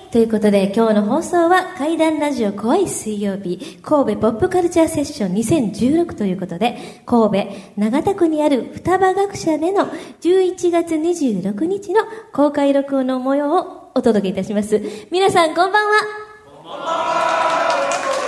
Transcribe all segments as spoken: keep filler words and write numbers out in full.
ということで今日の放送は怪談ラジオ怖い水曜日神戸ポップカルチャーセッションにせんじゅうろくということで、神戸長田区にある双葉学舎でのじゅういちがつにじゅうろくにちの公開録音の模様をお届けいたします。皆さんこんばんは。こんばんは。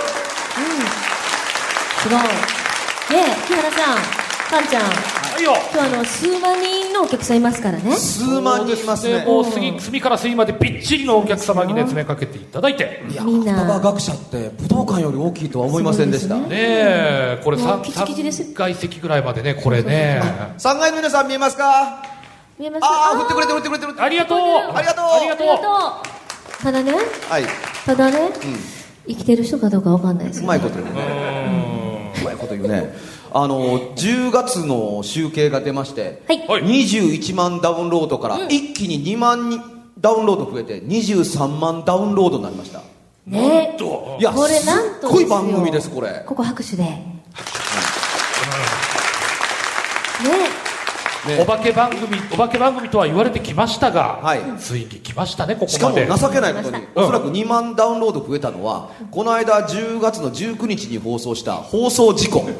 うん、すごいねえ、木原さん、かんちゃん、はい、よ今日あの数万人のお客さんいますからね。 数万人いますね。 もう隅隅から隅までびっちりのお客様にね詰めかけていただいて、 いやみんな双葉学舎って武道館より大きいとは思いませんでした。 ねえ、これ さん, さんがい席ぐらいまでね、これね。 さんがいの皆さん見えますか？ 見えますか？ ああ、振ってくれて振ってくれてる。 ありがとうありがとうありがとう。 ただね、 はい、ただね、うん、生きてる人かどうかわかんないですよね。 うまいこと言うね。うまいこと言うね。あのじゅうがつの集計が出まして、はい、にじゅういちまんダウンロードから一気ににまんダウンロード増えてにじゅうさんまんダウンロードになりました。 ねえ、いや、 これなんとすっごい番組です。これここ拍手で、うん、ねね、お化け番組お化け番組とは言われてきましたが、はい、ついに来ましたね、ここまで。 しかも情けないことに、おそらくにまんダウンロード増えたのは、うん、この間じゅうがつのじゅうくにちに放送した放送事故、うん、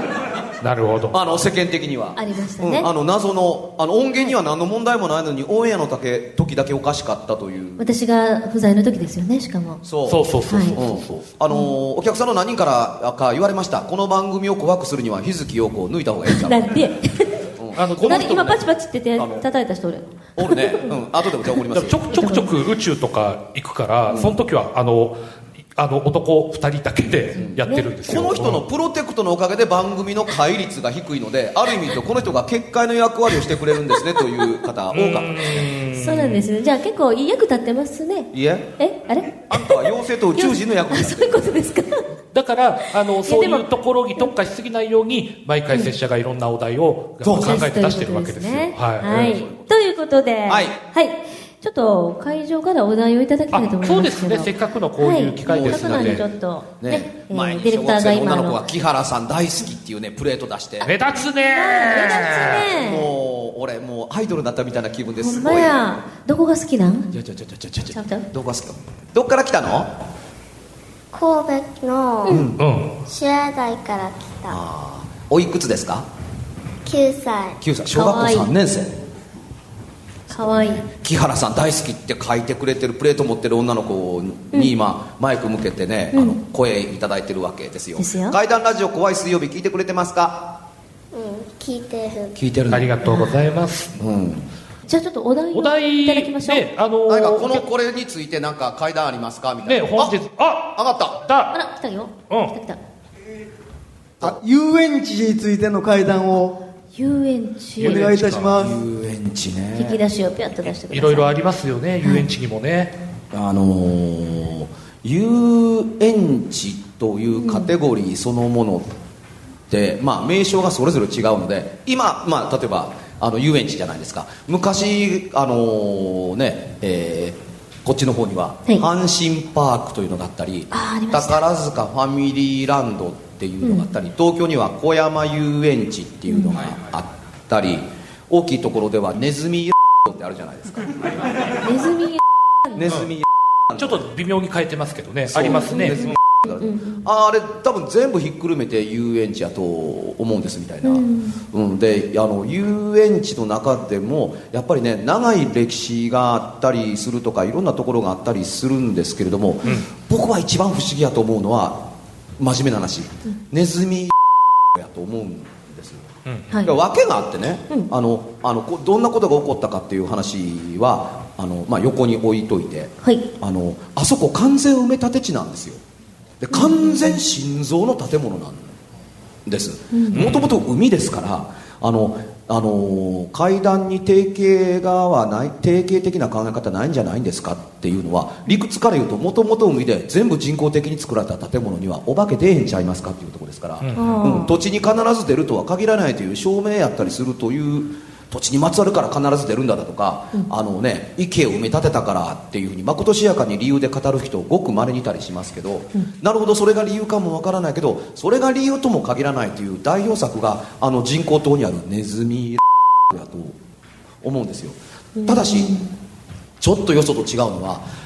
なるほど。 あの世間的にはありましたね、 うん、あの謎のあの音源には何の問題もないのに、オンエアの時だけおかしかったという。 私が不在の時ですよね、しかも。 そうそうそうそうそう、はい、 あのー、お客さんの何人からか言われました。この番組を告白するには日月陽子を抜いた方がいいんちゃうなんであのこの人、ね、 今パチパチって手叩いた人おるおるね、うん、後でお茶送りますよ。 ちょくちょくちょく宇宙とか行くから、うん、その時はあのあの男ふたりだけでやってるんですよ、 うんね、この人のプロテクトのおかげで番組の回率が低いので、ある意味でこの人が結界の役割をしてくれるんですねという方多かったです。 そうなんですね。じゃあ結構いい役立ってますね。 いええあれあんたは妖精と宇宙人の役に立ってる。 そういうことですか。 だからあのそういうところに特化しすぎないように毎回拙者がいろんなお題を考えて出してるわけですよ。はい、 はい、ということで、 はい、 はい、ちょっと会場からお題をいただきたいと思いますけど。 そうですね、せっかくのこういう機会ですので、 はい、ちょっとね、 ね、 えー、 前にディレクターが今女の子が木原さん大好きっていうねプレート出して、 目立つね目立つね。 もう俺もうアイドルになったみたいな気分です。 ほんまや。どこが好きなん？ いやちょちょちょちょちょどこが好きか。どっから来たの？ 神戸のシェア台から来た。 あ、おいくつですか？ きゅうさい。 きゅうさい、小学校さんねんせい。 かわいい。 木原さん大好きって書いてくれてるプレート持ってる女の子に今、うん、マイク向けてね、うん、あの声いただいてるわけですよ。 ですよ。 怪談ラジオ怖い水曜日聞いてくれてますか？ うん、聞いてる。 聞いてる。 ありがとうございます。 うん。 じゃあちょっとお題をいただきましょう。ね、 あのー、何かこのこれについて何か怪談ありますかみたいな。 ね、本日あ、上がった。 だ。 あら、来たよ。 うん。 来た来た。 あ、遊園地についての怪談を遊園地お願いいたします。 遊園地ね。 引き出しをピャッと出してください。 いろいろありますよね、遊園地にもね。 あのー、遊園地というカテゴリーそのものって、うん、まあ名称がそれぞれ違うので、今まあ例えばあの遊園地じゃないですか。昔あのー、ね、えー、こっちの方には阪神パークというのがあったり、 はい、 宝塚ファミリーランドっていうのがあったり、うん、東京には小山遊園地っていうのがあったり、うん、大きいところではネズミってあるじゃないですか。 ネズミネズミちょっと微妙に変えてますけどね、ありますね。 うん、あ, あれ多分全部ひっくるめて遊園地やと思うんですみたいな、うんうん、であの遊園地の中でもやっぱりね長い歴史があったりするとかいろんなところがあったりするんですけれども、うん、僕は一番不思議やと思うのは真面目な話、うん、ネズミやと思うんですよ、うんはい、訳があってね、うん、あのあのどんなことが起こったかっていう話はあの、まあ、横に置いといて、はい、あのあそこ完全埋め立て地なんですよ。で完全心臓の建物なんです。もともと海ですからあのあの階段に定型がはない定型的な考え方ないんじゃないんですかっていうのは理屈から言うともともと海で全部人工的に作られた建物にはお化け出えへんちゃいますかっていうところですから、うんうん、土地に必ず出るとは限らないという証明やったりするという土地にまつわるから必ず出るんだだとか、うん、あのね、池を埋め立てたからっていうふうにまことしやかに理由で語る人ごく稀にいたりしますけど、うん、なるほどそれが理由かもわからないけどそれが理由とも限らないという代表作があの人工島にあるネズミやと思うんですよ。ただしちょっとよそと違うのは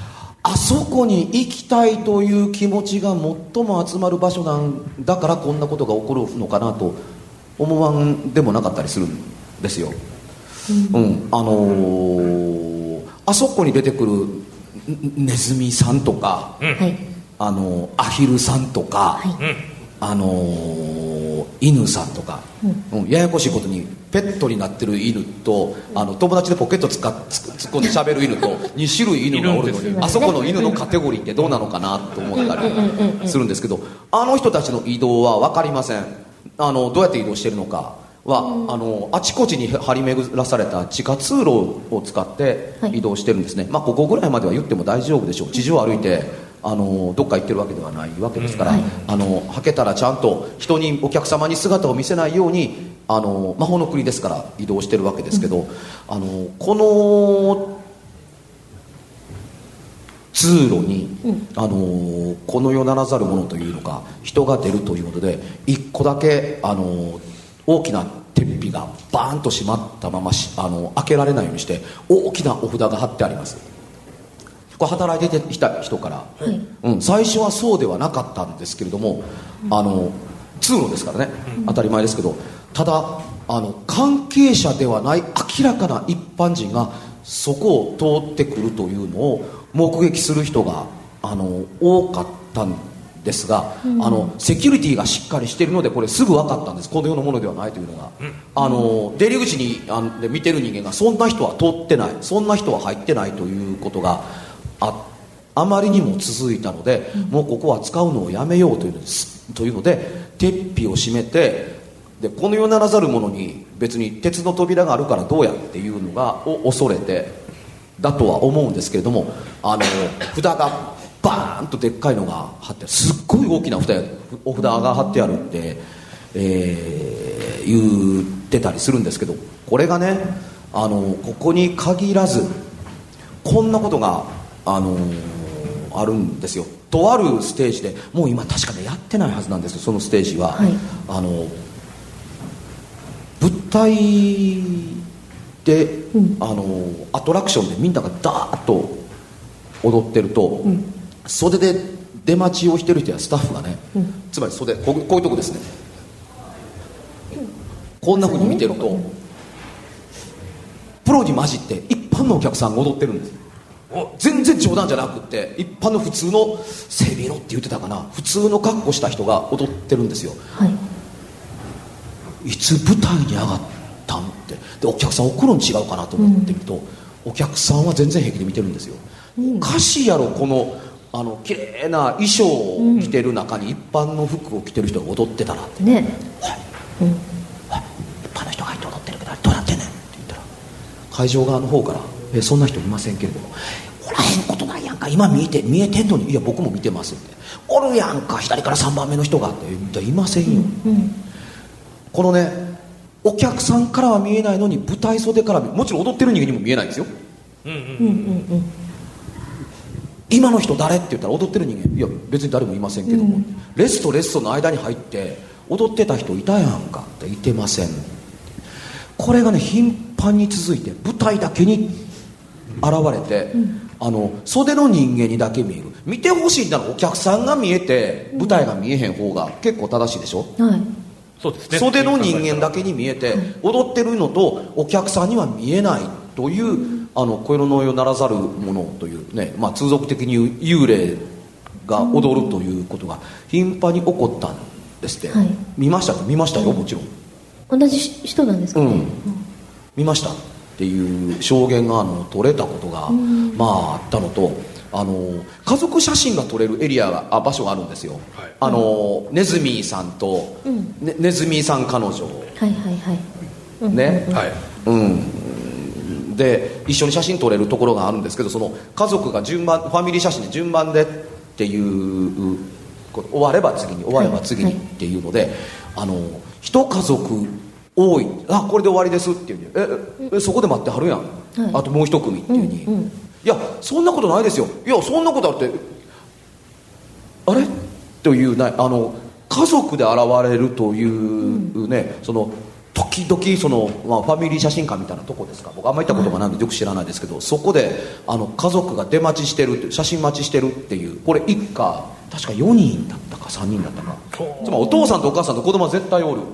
あそこに行きたいという気持ちが最も集まる場所なんだからこんなことが起こるのかなと思わんでもなかったりするんですよ、うんうん、あのー、あそこに出てくるネズミさんとか、うん、あのアヒルさんとか、はい、あのー、犬さんとか、うんうん、ややこしいことにペットになってる犬とあの友達でポケットつか突っ込んで喋る犬とに種類犬がおるのにあそこの犬のカテゴリーってどうなのかなと思ったりするんですけど、あの人たちの移動は分かりません。あのどうやって移動してるのかは、うん、あのあちこちに張り巡らされた地下通路を使って移動してるんですね、はい、まあここぐらいまでは言っても大丈夫でしょう。地上を歩いてあのどっか行ってるわけではないわけですから、うんはい、あのはけたらちゃんと人にお客様に姿を見せないようにあの魔法の国ですから移動してるわけですけど、うん、あのこの通路に、うん、あのこの世ならざるものというのか人が出るということで一個だけあの大きな鉄皮がバーンと閉まったまましあの開けられないようにして大きなお札が貼ってあります。これ働いてきた人から、はいうん、最初はそうではなかったんですけれども、うん、あの通路ですからね、うん、当たり前ですけど、ただあの関係者ではない明らかな一般人がそこを通ってくるというのを目撃する人があの多かったんですが、うん、あのセキュリティがしっかりしているのでこれすぐ分かったんです。この世のものではないというのが、うん、あの出入り口にあので見てる人間がそんな人は通ってない、そんな人は入ってないということが あ, あまりにも続いたので、うん、もうここは使うのをやめようというのです、というので鉄皮を閉めて、でこの世ならざるものに別に鉄の扉があるからどうやっていうのがを恐れてだとは思うんですけれども、あの札がバーンとでっかいのが貼ってある、すっごい大きな札お札が貼ってあるって、えー、言ってたりするんですけど、これがねあのここに限らずこんなことがあのあるんですよ。とあるステージでもう今確かねやってないはずなんですよ。そのステージは、はい、あの物体で、うん、あのアトラクションでみんながダーッと踊ってると、うん、袖で出待ちをしてる人やスタッフがね、うん、つまり袖 こ, こういうとこですね、うん、こんな風に見てると、うん、プロに混じって一般のお客さんが踊ってるんです。全然冗談じゃなくって一般の普通の背広って言ってたかな、普通の格好した人が踊ってるんですよ、はい、いつ舞台に上がったんってでお客さん怒るの違うかなと思ってみると、うん、お客さんは全然平気で見てるんですよ、うん、おかしいやろこのあの綺麗な衣装を着てる中に一般の服を着てる人が踊ってたらってね、はい、うん、はい、一般の人が入って踊ってるけどどうなってんねんって言ったら会場側の方からえそんな人いませんけれども、おらへんことないやんか、今見えて見えてんのに、いや僕も見てますって、おるやんか左からさんばんめの人がっていませんよ、うんうん、このねお客さんからは見えないのに舞台袖からもちろん踊ってる人間にも見えないんですよ、うんうんうんうん、今の人誰って言ったら踊ってる人間いや別に誰もいませんけども、うん、レスとレストの間に入って踊ってた人いたやんかっていてません。これがね頻繁に続いて舞台だけに現れて、うん、あの袖の人間にだけ見える、見てほしいならお客さんが見えて舞台が見えへん方が結構正しいでしょ、はい、そうですね、袖の人間だけに見えて踊ってるのとお客さんには見えないという、うん、あのこの世ならざるものというね、まあ、通俗的に言う幽霊が踊るということが頻繁に起こったんですって、はい、見ましたか？見ましたよ、もちろん同じ人なんですかね、うんうん、 見ましたっていう証言があの取れたことが、まああったのと、あの家族写真が撮れるエリアがあ場所があるんですよ、はい、あのネズミさんと、うんね、ネズミさん彼女、はいはいはいね、はい、うん、で一緒に写真撮れるところがあるんですけど、その家族が順番ファミリー写真で順番でっていう終われば次に終われば次にっていうので、はいはい、あの一家族多い、あこれで終わりですっていうに、ええそこで待ってはるやん、はい、あともう一組っていうに、うんうん、いやそんなことないですよ、いやそんなことあってあれというね、あの家族で現れるというね、うん、その時時々その、まあ、ファミリー写真館みたいなとこですか、僕あんま行ったことがないのでよく知らないですけど、そこであの家族が出待ちしてるっていう、写真待ちしてるっていう、これ一家確かよにんだったかさんにんだったか、つまりお父さんとお母さんと子供は絶対おる。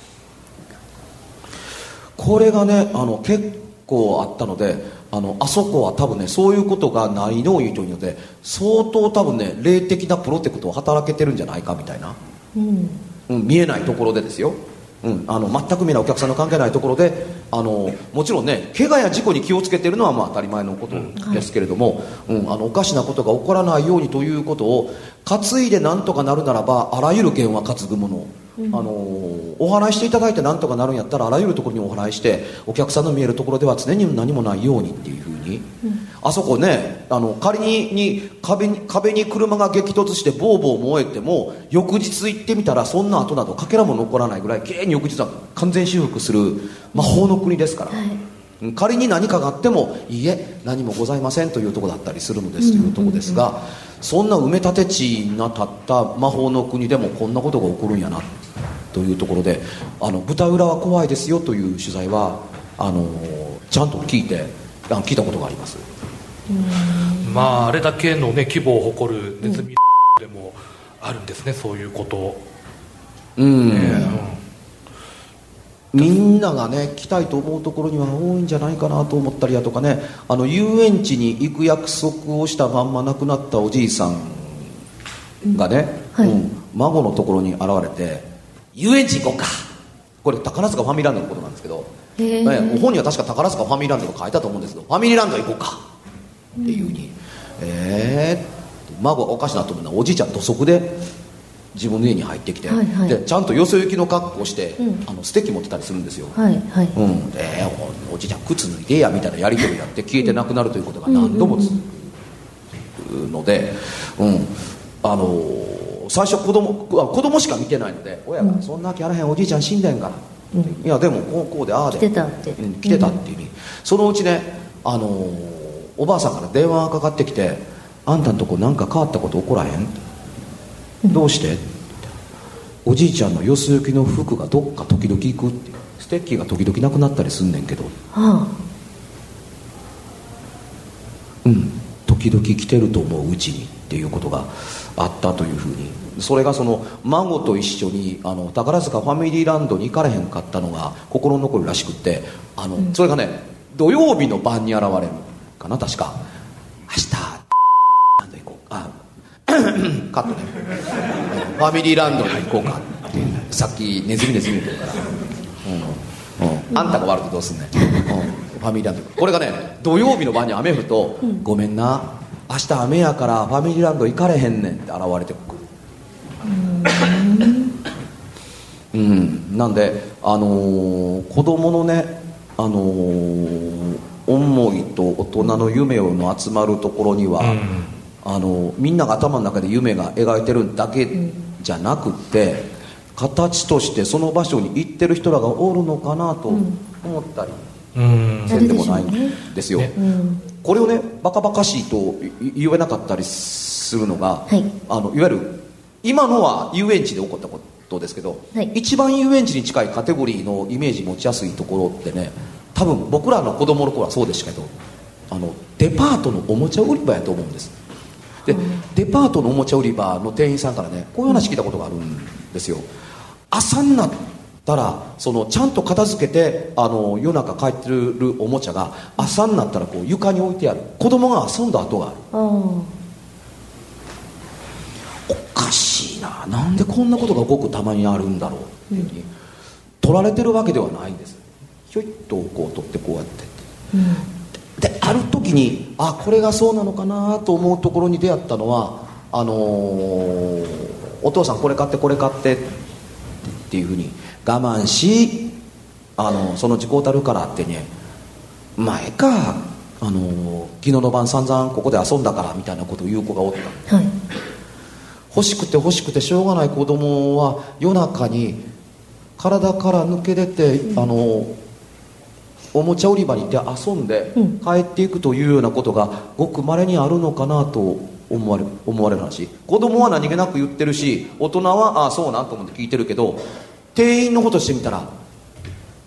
これがねあの結構あったので、あのあそこは多分ねそういうことがないのを言うというので、相当多分ね霊的なプロテクトを働けてるんじゃないかみたいな、うんうん、見えないところでですよ、うん、あの全く見えないお客さんの関係ないところで、あのもちろんね怪我や事故に気をつけてるのはまあ当たり前のことですけれども、うんはい、あのおかしなことが起こらないようにということを担いでなんとかなるならば、あらゆる弦は担ぐもの、うん、あのお祓いしていただいてなんとかなるんやったら、あらゆるところにお祓いしてお客さんの見えるところでは常に何もないようにっていうふうに、うん、あそこねあの仮にに 壁に壁に車が激突してボーボー燃えても、翌日行ってみたらそんな跡などかけらも残らないぐらいきれいに翌日は完全修復する魔法の国ですから、はい、仮に何かがあってもいいえ何もございませんというところだったりするのですというところですが、そんな埋め立て地が立った魔法の国でもこんなことが起こるんやなというところで、あの舞台裏は怖いですよという取材はあのちゃんと聞いて聞いたことがあります。 うんまああれだけの、ね、規模を誇るネズミでもあるんですね、そういうこと。うん、ねうん、みんながね来たいと思うところには多いんじゃないかなと思ったりやとかね、あの遊園地に行く約束をしたまんま亡くなったおじいさんがね、うんはいうん、孫のところに現れて遊園地行こうか、これ宝塚ファミリーランドのことなんですけど、ね、本には確か宝塚ファミリーランドと書いたと思うんですけど、ファミリーランド行こうかっていうふうに、うん、えー、孫がおかしなと思うのはおじいちゃん土足で自分の家に入ってきて、はいはい、でちゃんとよそ行きの格好をして、うん、あのステッキ持ってたりするんですよ、はいはいうん、でお, おじいちゃん靴脱いでやみたいなやり取りやって消えてなくなるということが何度も続くので、うん、あのー、最初子供子供しか見てないので、親がそんな気あらへんおじいちゃん死んでんから、うん、いやでもこうこうでああで来てたって、 うん、来てたっていうに、うん、そのうちね、あのー、おばあさんから電話がかかってきて、あんたんとこなんか変わったこと起こらへん、うん、どうして、おじいちゃんのよそ行きの服がどっか時々行くって、ステッキが時々なくなったりすんねんけど、はあ、うん時々来てると思ううちにっていうことがあったというふうに、それがその孫と一緒にあの宝塚ファミリーランドに行かれへんかったのが心残りらしくって、あの、うん、それがね土曜日の晩に現れるかな、確か明日ランド行こうあカットねファミリーランドに行こうかってさっきネズミネズミ言ってるから、うんうん、あんたが悪くどうすんねん、うん、ファミリーランド、これがね土曜日の晩に雨降ると、うん、ごめんな明日雨やからファミリーランド行かれへんねんって現れてくる。うん、うん、なんであのー、子供のねあのー、思いと大人の夢の集まるところには、うん、あのみんなが頭の中で夢が描いてるだけじゃなくて、形としてその場所に行ってる人らがおるのかなと思ったりせんでもないんですよ、ねうん、これをねバカバカしいと言えなかったりするのが、はい、あのいわゆる今のは遊園地で起こったことですけど、はい、一番遊園地に近いカテゴリーのイメージ持ちやすいところってね、多分僕らの子供の頃はそうでしたけど、あのデパートのおもちゃ売り場やと思うんです。で、うん、デパートのおもちゃ売り場の店員さんからねこういう話聞いたことがあるんですよ。朝になったらそのちゃんと片付けてあの夜中帰ってるおもちゃが朝になったらこう床に置いてある、子供が遊んだ跡がある。あおかしいな、なんでこんなことがごくたまにあるんだろうっていうふうに、うん、取られてるわけではないんです。ひょいっとこう取ってこうやって、うん、である時にあこれがそうなのかなと思うところに出会ったのはあのー、お父さんこれ買ってこれ買ってっていうふうに我慢し、あのそのうちこうたるからってね、前かあの昨日の晩散々ここで遊んだからみたいなことを言う子がおった、はい、欲しくて欲しくてしょうがない子供は夜中に体から抜け出て、うん、あのおもちゃ売り場に行って遊んで帰っていくというようなことがごく稀にあるのかなと思われる、思われる話。子供は何気なく言ってるし、大人はああそうなんと思って聞いてるけど、店員のことしてみたら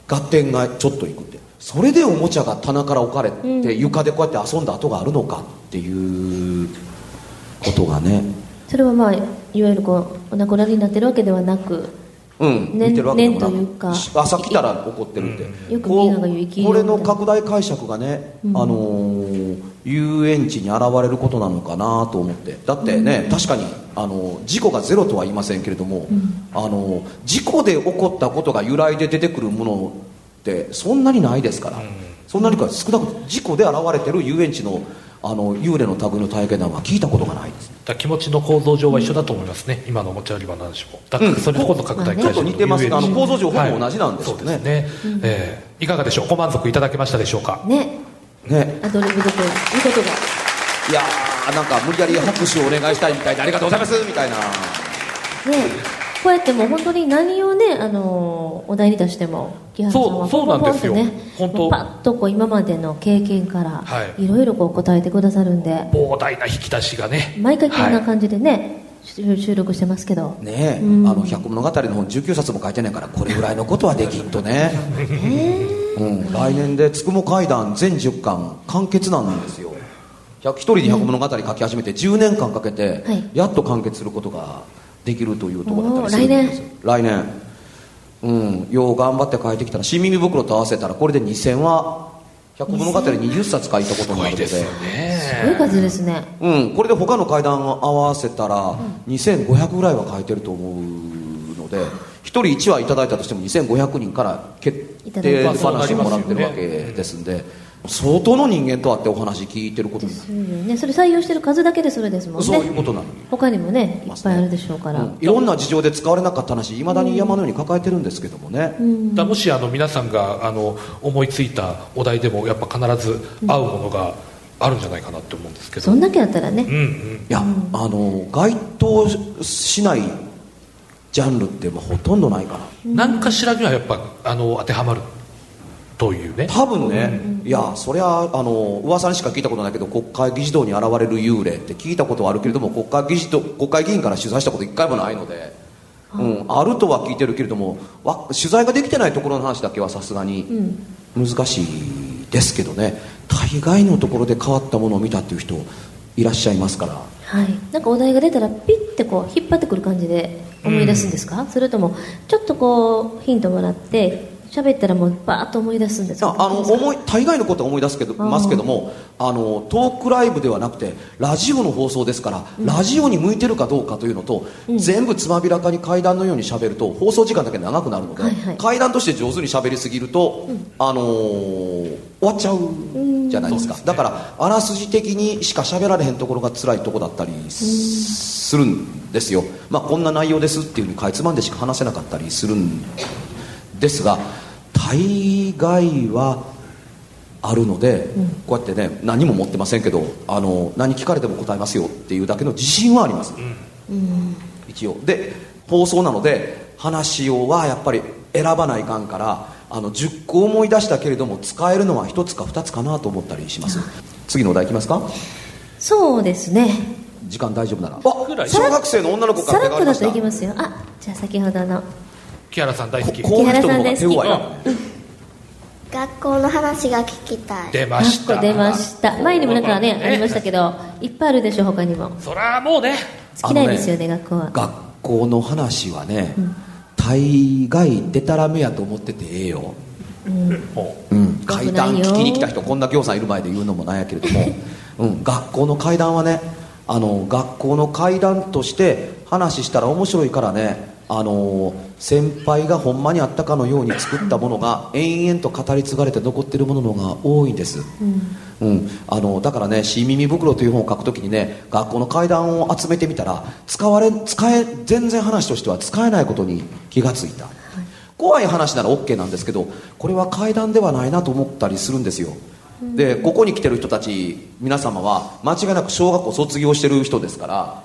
合点がちょっといくって、それでおもちゃが棚から置かれて床でこうやって遊んだ跡があるのかっていうことがね、 それはまあいわゆるこうお亡くなりになってるわけではなく、 うん念見てるわけでもなく、 念というか朝来たら怒ってるって、 うん、よくみんなが言う生きこれの拡大解釈がね、うん、あのー、遊園地に現れることなのかなと思って。だってね、うん、確かにあの事故がゼロとは言いませんけれども、うん、あの事故で起こったことが由来で出てくるものってそんなにないですから、うん、そんなにか少なくとも事故で現れてる遊園地のあの幽霊の類の体験談は聞いたことがないです。 だ気持ちの構造上は一緒だと思いますね、うん、今のおもちゃ売り場の話も。だからそれこそ拡大解釈、 ちょっと似てます。あの構造上ほぼ同じなんですよね。 はい、そうですね、うん、えー、いかがでしょう、ご満足いただけましたでしょうか。 ねね、 アドリブでということが、 いやーなんか無理やり拍手をお願いしたいみたいで、ありがとうございますみたいなね。 こうやってもう本当に何をね、あのー、お題に出しても木原さんはそうなんですよ、ね、 本当パッとこう今までの経験からいろいろこう答えてくださるんで、 膨大な引き出しがね、 毎回こんな感じでね、はい、収録してますけどねえ、うん、あの百物語の本じゅうきゅうさつも書いてないから、これぐらいのことはできんとね、うん、来年でつくも怪談全じゅっかん完結なんですよ。一人で百物語書き始めてじゅうねんかんかけてやっと完結することができるというところだったりするんですよ。来年、うん、よう頑張って書いてきたら、新耳袋と合わせたらこれでにせんわ、百物語にじゅっさつ書いたことになるので、すごい数ですね。 うん、これで他の怪談を合わせたらにせんごひゃくぐらいは書いてると思うので、ひとりいちわいただいたとしてもにせんごひゃくにんから決定話をもらってるわけですんで、相当の人間と会ってお話聞いてることになる、 ね、それ採用してる数だけでそれですもんね。 そういうことなのに他にもねいっぱいあるでしょうから、うん、 いろんな事情で使われなかった話いまだに山のように抱えてるんですけどもね、 うん、だもしあの皆さんがあの思いついたお題でもやっぱ必ず合うものがあるんじゃないかなって思うんですけど、 そんだけあったらね、 うんうん、いや、うん、あの該当しないジャンルってもうほとんどないから、 うん、何かしらにはやっぱあの当てはまるというね、 多分ね、うん、いやそりゃあの噂にしか聞いたことないけど、国会議事堂に現れる幽霊って聞いたことはあるけれども、国会議事堂、国会議員から取材したこと一回もないので、うん、あるとは聞いてるけれども、わ取材ができてないところの話だけはさすがに難しいですけどね、大概のところで変わったものを見たっていう人いらっしゃいますから、 はい、なんかお題が出たらピッてこう引っ張ってくる感じで思い出すんですか、うん、それともちょっとこうヒントもらって喋ったらもうバーッと思い出すんですか。 あの思い大概のことは思い出すけどますけども、あのトークライブではなくてラジオの放送ですから、うん、ラジオに向いてるかどうかというのと、うん、全部つまびらかに怪談のように喋ると放送時間だけ長くなるので、はいはい、怪談として上手に喋りすぎると、うん、あのー、終わっちゃうじゃないですか、うん、だからあらすじ的にしか喋られへんところが辛いとこだったりするんですよ、まあ、こんな内容ですっていうふうにかいつまんでしか話せなかったりするんですが、大概はあるので、うん、こうやってね何も持ってませんけど、あの何聞かれても答えますよっていうだけの自信はあります、うん、一応で放送なので話をはやっぱり選ばないかんから、あのじゅっこ思い出したけれども使えるのはひとつかふたつかなと思ったりします。次のお題いきますか。 そうですね、 時間大丈夫なら、あ、小学生の女の子から手がありました。 さらっとだといきますよ。あ、じゃあ先ほどの木原さん大好き、 こういう人の方が手強い、 学校の話が聞きたい。 出ました、 出ました。前にもなんかねありましたけど、いっぱいあるでしょ他にも。 そらもうね好きなんですよね、学校は。 学校の話はね、うん、大概デタラメやと思っててええよ、うんうん、怪談聞きに来た人こんな行さんいる前で言うのもなんやけれども、うん、学校の怪談はね、あの学校の怪談として話したら面白いからね、あの先輩がほんまにあったかのように作ったものが延々と語り継がれて残っているものの方が多いんです、うんうん、あのだからね「新耳袋」という本を書くときにね、学校の怪談を集めてみたら使われ使え全然話としては使えないことに気がついた、はい、怖い話なら OK なんですけど、これは怪談ではないなと思ったりするんですよ。でここに来てる人たち皆様は間違いなく小学校卒業してる人ですから、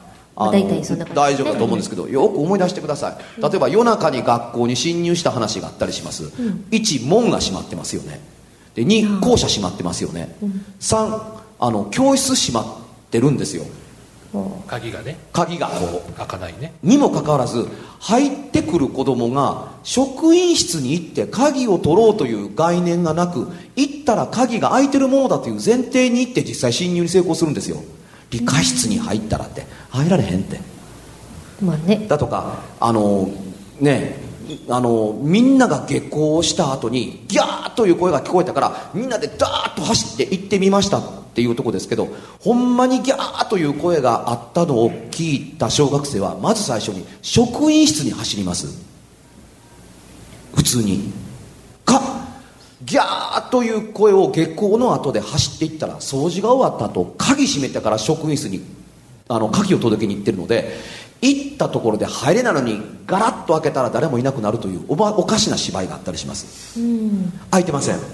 あの大体そんな感じ、大丈夫だと思うんですけど、よく思い出してください。例えば夜中に学校に侵入した話があったりします、うん、いち門が閉まってますよね。でに校舎閉まってますよね、うん、さんあの教室閉まってるんですよ。 鍵がね鍵がこう開かないねにもかかわらず、入ってくる子供が職員室に行って鍵を取ろうという概念がなく、行ったら鍵が開いてるものだという前提に行って実際侵入に成功するんですよ。理科室に入ったらって入られへんって、 まあね、 だとかあのねあのみんなが下校した後にギャーという声が聞こえたからみんなでダーッと走って行ってみましたっていうとこですけど、ほんまにギャーという声があったのを聞いた小学生はまず最初に職員室に走ります。普通にかギャーという声を下校の後で走っていったら、掃除が終わった後鍵閉めてから職員室にあの鍵を届けに行ってるので、行ったところで入れないのにガラッと開けたら誰もいなくなるというおばおかしな芝居があったりします。うん開いてません。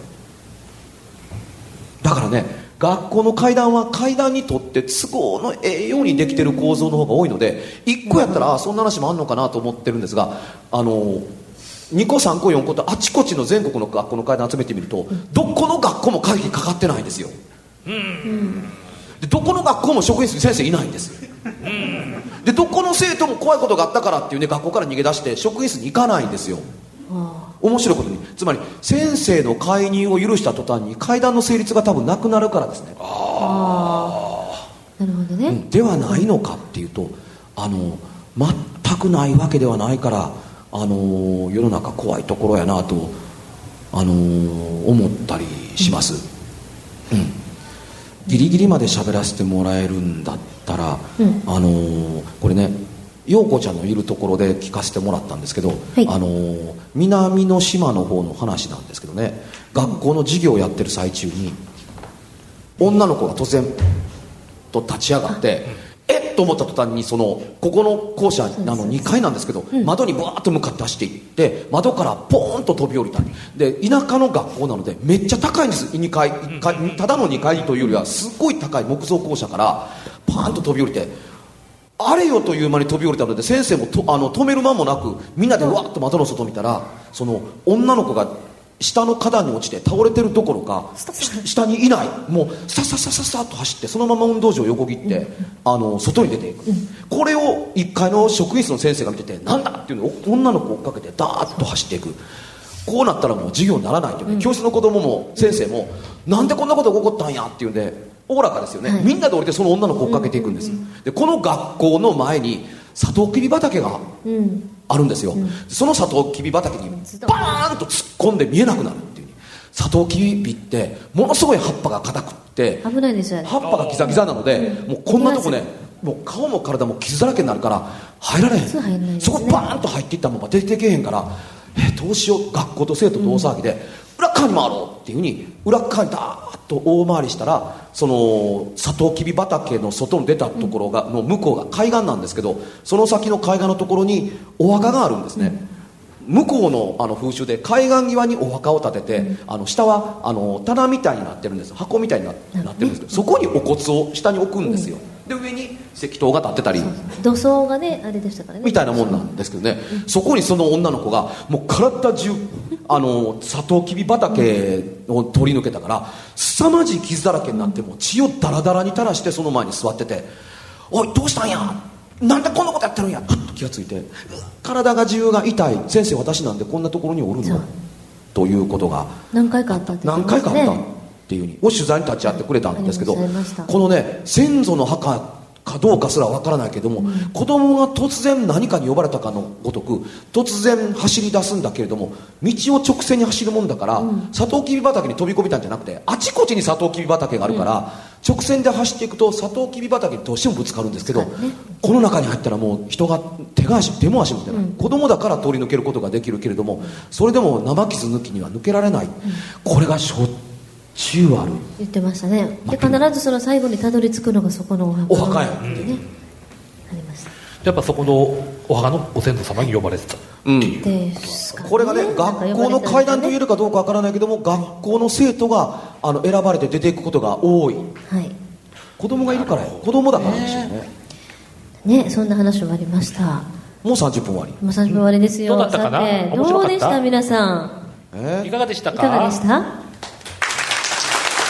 だからね、学校の階段は階段にとって都合のええようにできてる構造の方が多いので、いっこやったら、あそんな話もあんのかなと思ってるんですが、あのにこさんこよんことあちこちの全国の学校の階段集めてみると、どこの学校も鍵かかってないんですよ。うんでどこの学校も職員室に先生いないんですよ。うんでどこの生徒も怖いことがあったからっていうね、学校から逃げ出して職員室に行かないんですよ。面白いことに、つまり先生の介入を許した途端に階段の成立が多分なくなるからですね。 ああなるほどね、うん、 ではないのかっていうと、あの全くないわけではないから、あの世の中怖いところやなと、あの思ったりします。うん、うん、ギリギリまで喋らせてもらえるんだったら、うん、あのこれね陽子ちゃんのいるところで聞かせてもらったんですけど、はい、あの南の島の方の話なんですけどね、学校の授業をやってる最中に女の子が突然と立ち上がって、えっと思った途端に、そのここの校舎あのにかいなんですけど、窓にバーッと向かって走っていって窓からポーンと飛び降りた。で田舎の学校なのでめっちゃ高いんです。にかいただのにかいというよりはすごい高い木造校舎からパーンと飛び降りて、あれよという間に飛び降りたので、先生もとあの止める間もなくみんなでわーっと窓の外見たら、その女の子が下の花壇に落ちて倒れてるどころか下にいない、もうさささささっと走ってそのまま運動場を横切って、うん、あの外に出ていく、うん、これをいっかいの職員室の先生が見てて、なんだっていうのを女の子を追っかけてダーッと走っていく。こうなったらもう授業にならないというね、うん、教室の子供も先生もなんでこんなことが起こったんやっていうんでおおらかですよね、はい、みんなで降りてその女の子を追っかけていくんです。でこの学校の前にサトウキビ畑があるんですよ、うん、そのサトウキビ畑にバーンと突っ込んで見えなくなるっていう。サトウキビってものすごい葉っぱが硬くって危ないですよね。 葉っぱがギザギザなので、うん、もうこんなとこね、もう顔も体も傷だらけになるから入られへん、入らないですね、そこバーンと入っていったまま出てけへんから、えどうしよう、学校と生徒と大騒ぎで、うん、裏側に回ろうっていうふうに裏側にダーッと大回りしたら、そのサトウキビ畑の外に出たところが、うん、の向こうが海岸なんですけど、その先の海岸のところにお墓があるんですね、うん、向こう の, あの風習で海岸際にお墓を建てて、うん、あの下はあの棚みたいになってるんです、箱みたいに な, なってるんですけど、そこにお骨を下に置くんですよ、うん、で上に石塔が立ってたり、 土葬がねあれでしたからねみたいなもんなんですけどね、うん、そこにその女の子がもう体中あのサトウキビ畑を通り抜けたから凄まじい傷だらけになって、もう血をダラダラに垂らしてその前に座ってて、おいどうしたんや、なんでこんなことやってるんや、パッと気がついて、体が自由が痛い先生私なんでこんなところにおるのということが何回かあったって言ってましたね。 何回かあったっていうふうにを取材に立ち会ってくれたんですけど、このね先祖の墓かどうかすらわからないけども、うん、子供が突然何かに呼ばれたかのごとく突然走り出すんだけれども、道を直線に走るもんだから、うん、サトウキビ畑に飛び込みたんじゃなくて、あちこちにサトウキビ畑があるから、うん、直線で走っていくとサトウキビ畑にどうしてもぶつかるんですけど、ね、この中に入ったらもう人が手が足手も足も出ない、うん、子供だから通り抜けることができるけれども、それでも生傷抜きには抜けられない、うん、これがしょっちゅうある言ってましたね。で必ずその最後にたどり着くのがそこのお墓お墓やってね、 うん、ありました。 やっぱそこのお墓のご先祖様に呼ばれてた、 うんですかね、これがね学校の階段と言えるかどうかわからないけども、学校の生徒があの選ばれて出ていくことが多い、はい、子供がいるから子供だからでしょうね。 ね、そんな話もありました。 もうさんじゅっぷん終わり、 もうさんじゅっぷん終わりですよ。 どうだったかな、 さてどうでした皆さん、 えー、いかがでしたか。 いかがでした。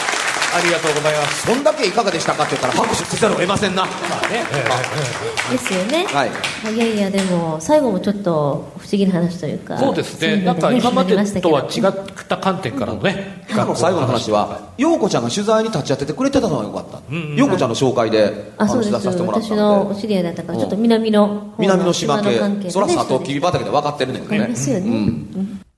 ありがとうございます。 そんだけいかがでしたかって言ったら拍手せざるを得ませんな。まあね、 ですよね。 はい。 いやいや、でも最後もちょっと不思議な話というか。 そうですね。なんか今までとは違った観点からのね。 今の最後の話は、陽子ちゃんが取材に立ち会っててくれてたのがよかった。陽子ちゃんの紹介であ、そうです。私のお知り合いだったから、ちょっと南の南の島系、そら砂糖切り畑で分かってるねんけどね。 ありますよね。